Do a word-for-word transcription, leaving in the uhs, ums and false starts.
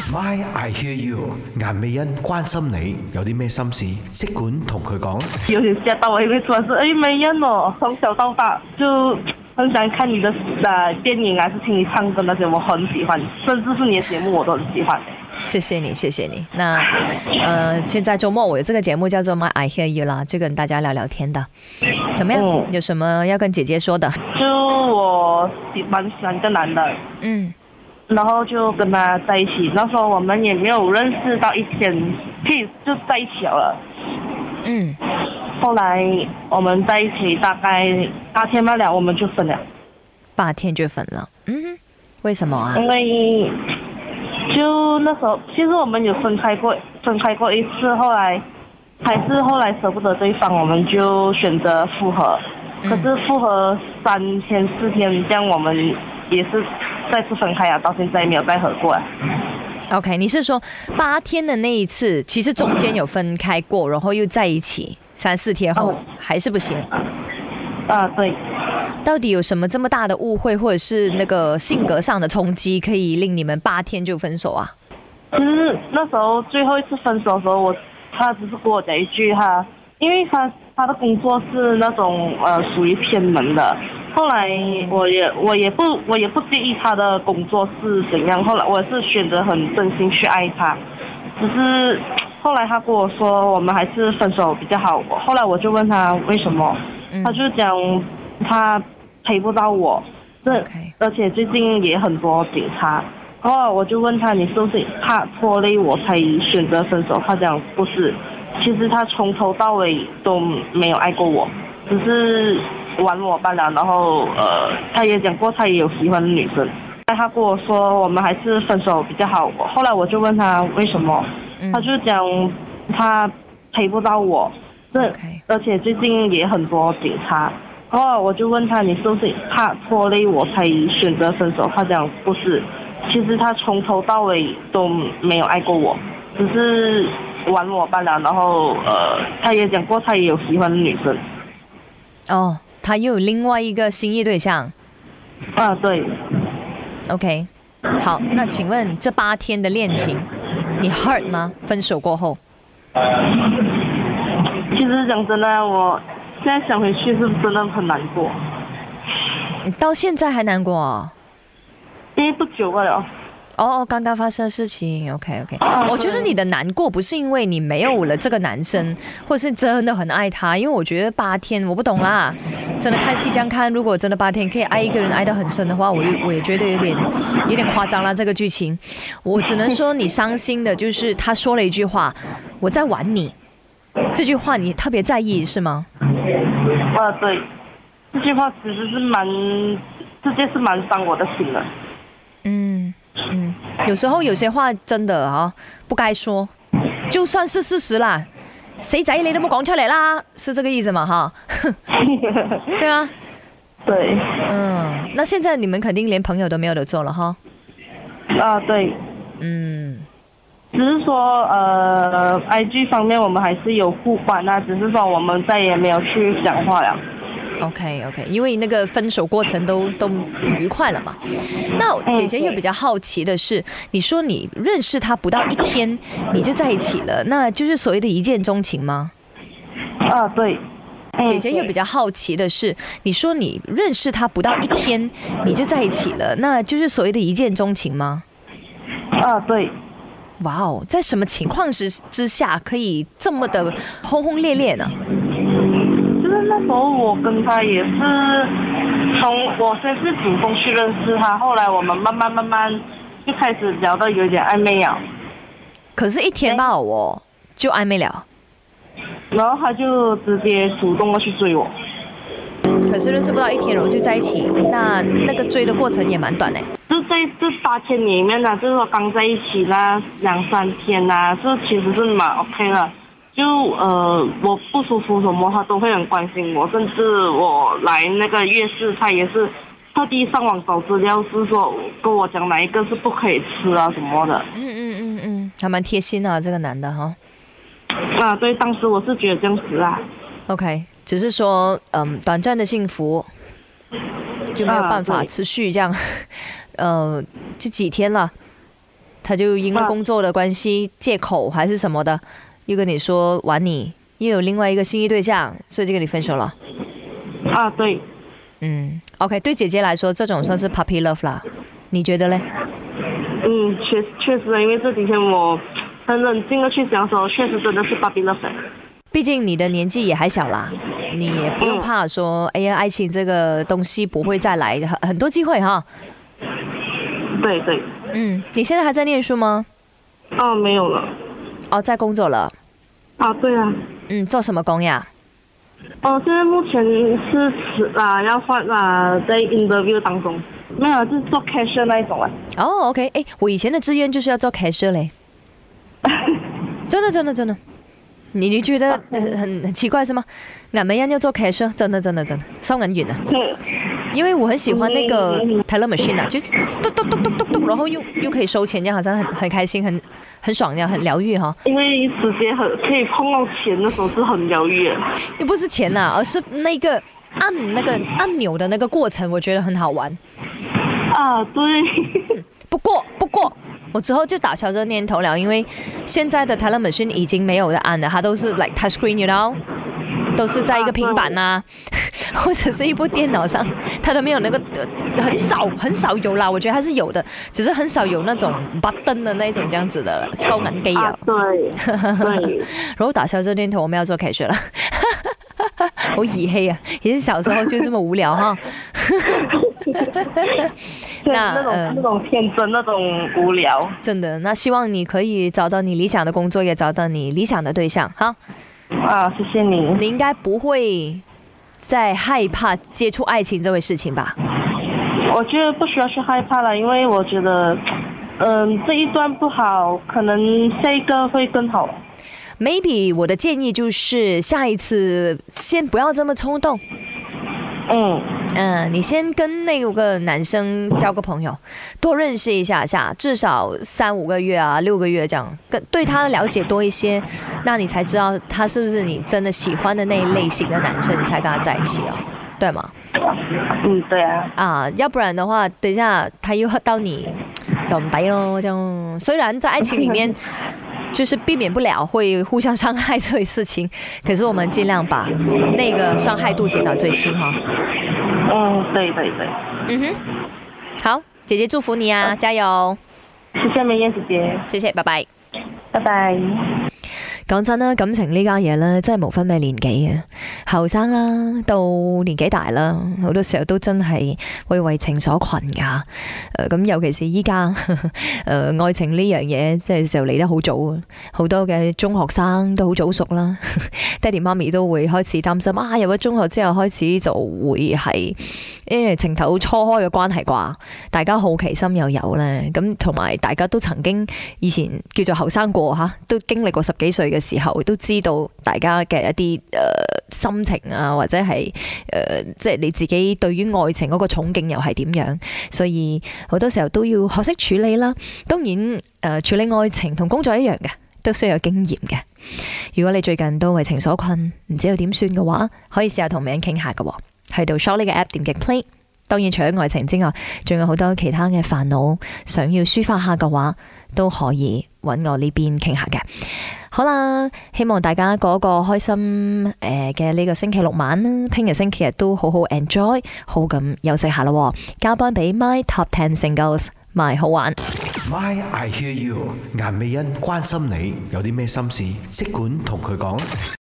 My I hear you， 顏美欣關心你有啲咩心事，即管同佢講。 有點嚇到我，因為突然是哎美欣哦，從小到大就很想看你的呃電影啊，是聽你唱歌那些，我很喜歡，甚至是你的節目我都很喜歡。 謝謝你，謝謝你。那呃，現在周末我有這個節目叫做 My I Hear You 啦，就跟大家聊聊天的，怎麼樣？嗯、有什麼要跟姐姐說的？ 就我喜蠻喜歡一個男的，嗯。然後就跟他在一起，那時候我們也沒有認識到一天，可以就在一起了。嗯，後來我們在一起大概八天罷了，我們就分了。 八天就分了，嗯，為什麼啊？ 因為就那時候，其實我們有分開過，分開過一次，後來還是後來捨不得對方，我們就選擇復合。可是復合三天四天，這樣我們也是再次分開啊，到現在沒有再合過。 OK， 你是說八天的那一次，其實中間有分開過，然後又在一起，三四天後還是不行？ 啊，對。 到底有什麼這麼大的誤會，或者是那個性格上的衝擊，可以令你們八天就分手啊？ 其實那時候最後一次分手的時候，我他只是跟我講一句哈，因為他他的工作是那種呃屬於偏門的。後來我也我也不我也不介意他的工作是怎樣，後來我是選擇很真心去愛他，只是後來他跟我說我們還是分手比較好。後來我就問他為什麼，他就講他陪不到我，這 Okay. 而且最近也很多警察。然後我就問他你是不是怕拖累我才選擇分手，他講不是，其實他從頭到尾都沒有愛過我，只是玩我罷了。然後呃，他也講過他也有喜歡的女生，但他跟我說我們還是分手比較好。後來我就問他為什麼，他就講他陪不到我，這 Okay. 而且最近也很多警察。然後我就問他你是不是怕拖累我才選擇分手，他講不是，其實他從頭到尾都沒有愛過我，只是玩我罷了。然後呃，他也講過他也有喜歡的女生。 哦，他又有另外一個心意對象。 啊，對。 OK， 好，那請問這八天的戀情，你 hurt 嗎？分手過後？ 其實講真的，我現在想回去是真的很難過。 你到現在還難過啊？ 因為不久了。 哦，剛剛發生的事情 ，OK OK。啊、我覺得你的難過不是因為你沒有了這個男生，或是真的很愛他，因為我覺得八天我不懂啦，真的看戲這樣看，如果真的八天可以愛一個人愛得很深的話，我我也覺得有點有點誇張啦，這個劇情。我只能說你傷心的就是他說了一句話，我在玩你，這句話你特別在意是嗎？ 啊，對，這句話其實是蠻，這件是蠻傷我的心的。嗯。 嗯，有時候有些話真的啊，不該說，就算是事實啦，死仔你都冇講出嚟啦，是這個意思嘛？哈，對啊， 對， 嗯，那現在你們肯定連朋友都沒有得做了哈？ 啊，對， 嗯， 只是說呃，I G 方面我們還是有互關啊，只是說我們再也沒有去講話了。 OK OK， 因為那個分手過程都都不愉快了嘛。那姐姐又比較好奇的是，你說你認識他不到一天你就在一起了，那就是所謂的一見鍾情嗎？ 啊，對。 姐姐又比較好奇的是，你說你認識他不到一天你就在一起了，那就是所謂的一見鍾情嗎？ 啊，對。 哇哦，在什麼情況之之下可以這麼的轟轟烈烈呢？ 那時候我跟他也是從我先是主動去認識他，後來我們慢慢慢慢就開始聊得有點曖昧了。可是，一天吧，我就曖昧了。 然後他就直接主動的去追我。 可是認識不到一天，然後就在一起，那那個追的過程也蠻短的。 就在這八天裡面呢，就是說剛在一起那兩三天呐，就其實是蠻 OK 的。就呃，我不舒服什麼，他都會很關心我，甚至我來那個夜市，他也是特地上網找資料，是說跟我講哪一個是不可以吃啊什麼的。 嗯嗯嗯嗯，還蠻貼心啊，這個男的哈。 啊，對，當時我是覺得這樣子啊。OK， 只是說，嗯，短暫的幸福就沒有辦法持續這樣，啊、呃，就幾天了。 他就因為工作的關係借口還是什麼的，又跟你說玩你，又有另外一個心儀對象，所以就跟你分手了。 啊，對。 嗯 ，OK， 對姐姐來說，這種算是 puppy love 啦，你覺得呢？ 嗯，確確實，因為這幾天我很冷靜的去想的時候，確實真的是 puppy love。 畢竟你的年紀也還小啦，你也不用怕說，哎呀，愛情這個東西不會再來，很很多機會哈。 對對。 嗯，你現在還在念書嗎？ 哦，沒有了。 哦，在工作了。 啊，對啊。 嗯，做什麼工呀？ 哦，現在目前是辭啦，要換啦，在 interview 當中。沒有，就是做 cashier 那一種啊。 哦 ，OK， 哎，我以前的志願就是要做 cashier 嘞。真的真的真的，你你覺得很很很奇怪是嗎？銀美欣要做 cashier， 真的真的真的收銀員啊。因為我很喜歡那個 teller machine 啊，就是嘟嘟嘟嘟嘟嘟，然後又又可以收錢，這樣好像很很開心，很很爽，這樣很療癒哈。 因為直接很可以碰到錢的時候是很療癒。 又不是錢啦，而是那個按那個按鈕的那個過程，我覺得很好玩。 啊，對。 嗯、不過不過，我之後就打消這個念頭了，因為現在的 teller machine 已經沒有得按了，它都是 like touch screen，you know， 都是在一個平板啊。或者是一部電腦上，它都沒有那個，很少很少有啦。我覺得還是有的，只是很少有那種 button 的那種這樣子的收銀機啊。 對對。 然後打消這念頭，我們要做 cashier 了。好兒戲啊！其實小時候就這麼無聊哈。 那那種、呃、那種天真，那種無聊。真的， 那希望你可以找到你理想的工作，也找到你理想的對象。哈。 啊，謝謝你。 你應該不會在害怕接觸愛情這回事情吧？ 我覺得不需要去害怕了，因為我覺得，嗯、呃，這一段不好，可能下一個會更好。 Maybe 我的建議就是下一次先不要這麼衝動。 嗯嗯，你先跟那個男生交個朋友，多認識一下下，至少三五個月啊，六個月這樣，跟對他的了解多一些，那你才知道他是不是你真的喜歡的那一類型的男生，你才跟他在一起哦，對嗎？ 嗯，對啊。 啊，要不然的話，等一下他又 hurt 到你，就唔抵咯。這樣雖然在愛情裏面，就是避免不了會互相傷害這回事情，可是我們盡量把那個傷害度減到最輕哈。 嗯，對對對。 嗯哼，好，姐姐祝福你啊，加油！ 謝謝美燕姐姐， 謝謝，拜拜， 拜拜。 講真啦，感情呢家嘢咧，真係無分咩年紀嘅，後生啦，到年紀大啦，好多時候都真係會為情所困噶。誒、呃，咁尤其是依家，誒、呃，愛情呢樣嘢，即係時候嚟得好早啊，好多嘅中學生都好早熟啦，爹哋媽咪都會開始擔心啊，入咗中學之後開始就會係，因為情竇初開嘅關係啩，大家好奇心又有咧，咁同埋大家都曾經以前叫做後生過吓，都經歷過十幾歲嘅時候，都知道大家嘅一啲誒、呃、心情啊，或者係誒即係你自己對於愛情嗰個憧憬又係點樣，所以好多時候都要學識處理啦。當然誒、呃、處理愛情同工作一樣嘅，都需要有經驗嘅。如果你最近都為情所困，唔知道點算嘅話，可以試下同名傾下嘅，去到 Shortly 嘅 app 點擊 play。當然除咗愛情之外，仲有好多其他嘅煩惱，想要抒發下嘅話，都可以揾我呢邊傾下嘅。好啦，希望大家過一個開心誒嘅呢個星期六晚啦，聽日星期日都好好 enjoy，好咁休息下咯。交班俾 My Top Ten Singles，My 好玩。 My I Hear You，顏美欣關心你有啲咩心事，即管同佢講。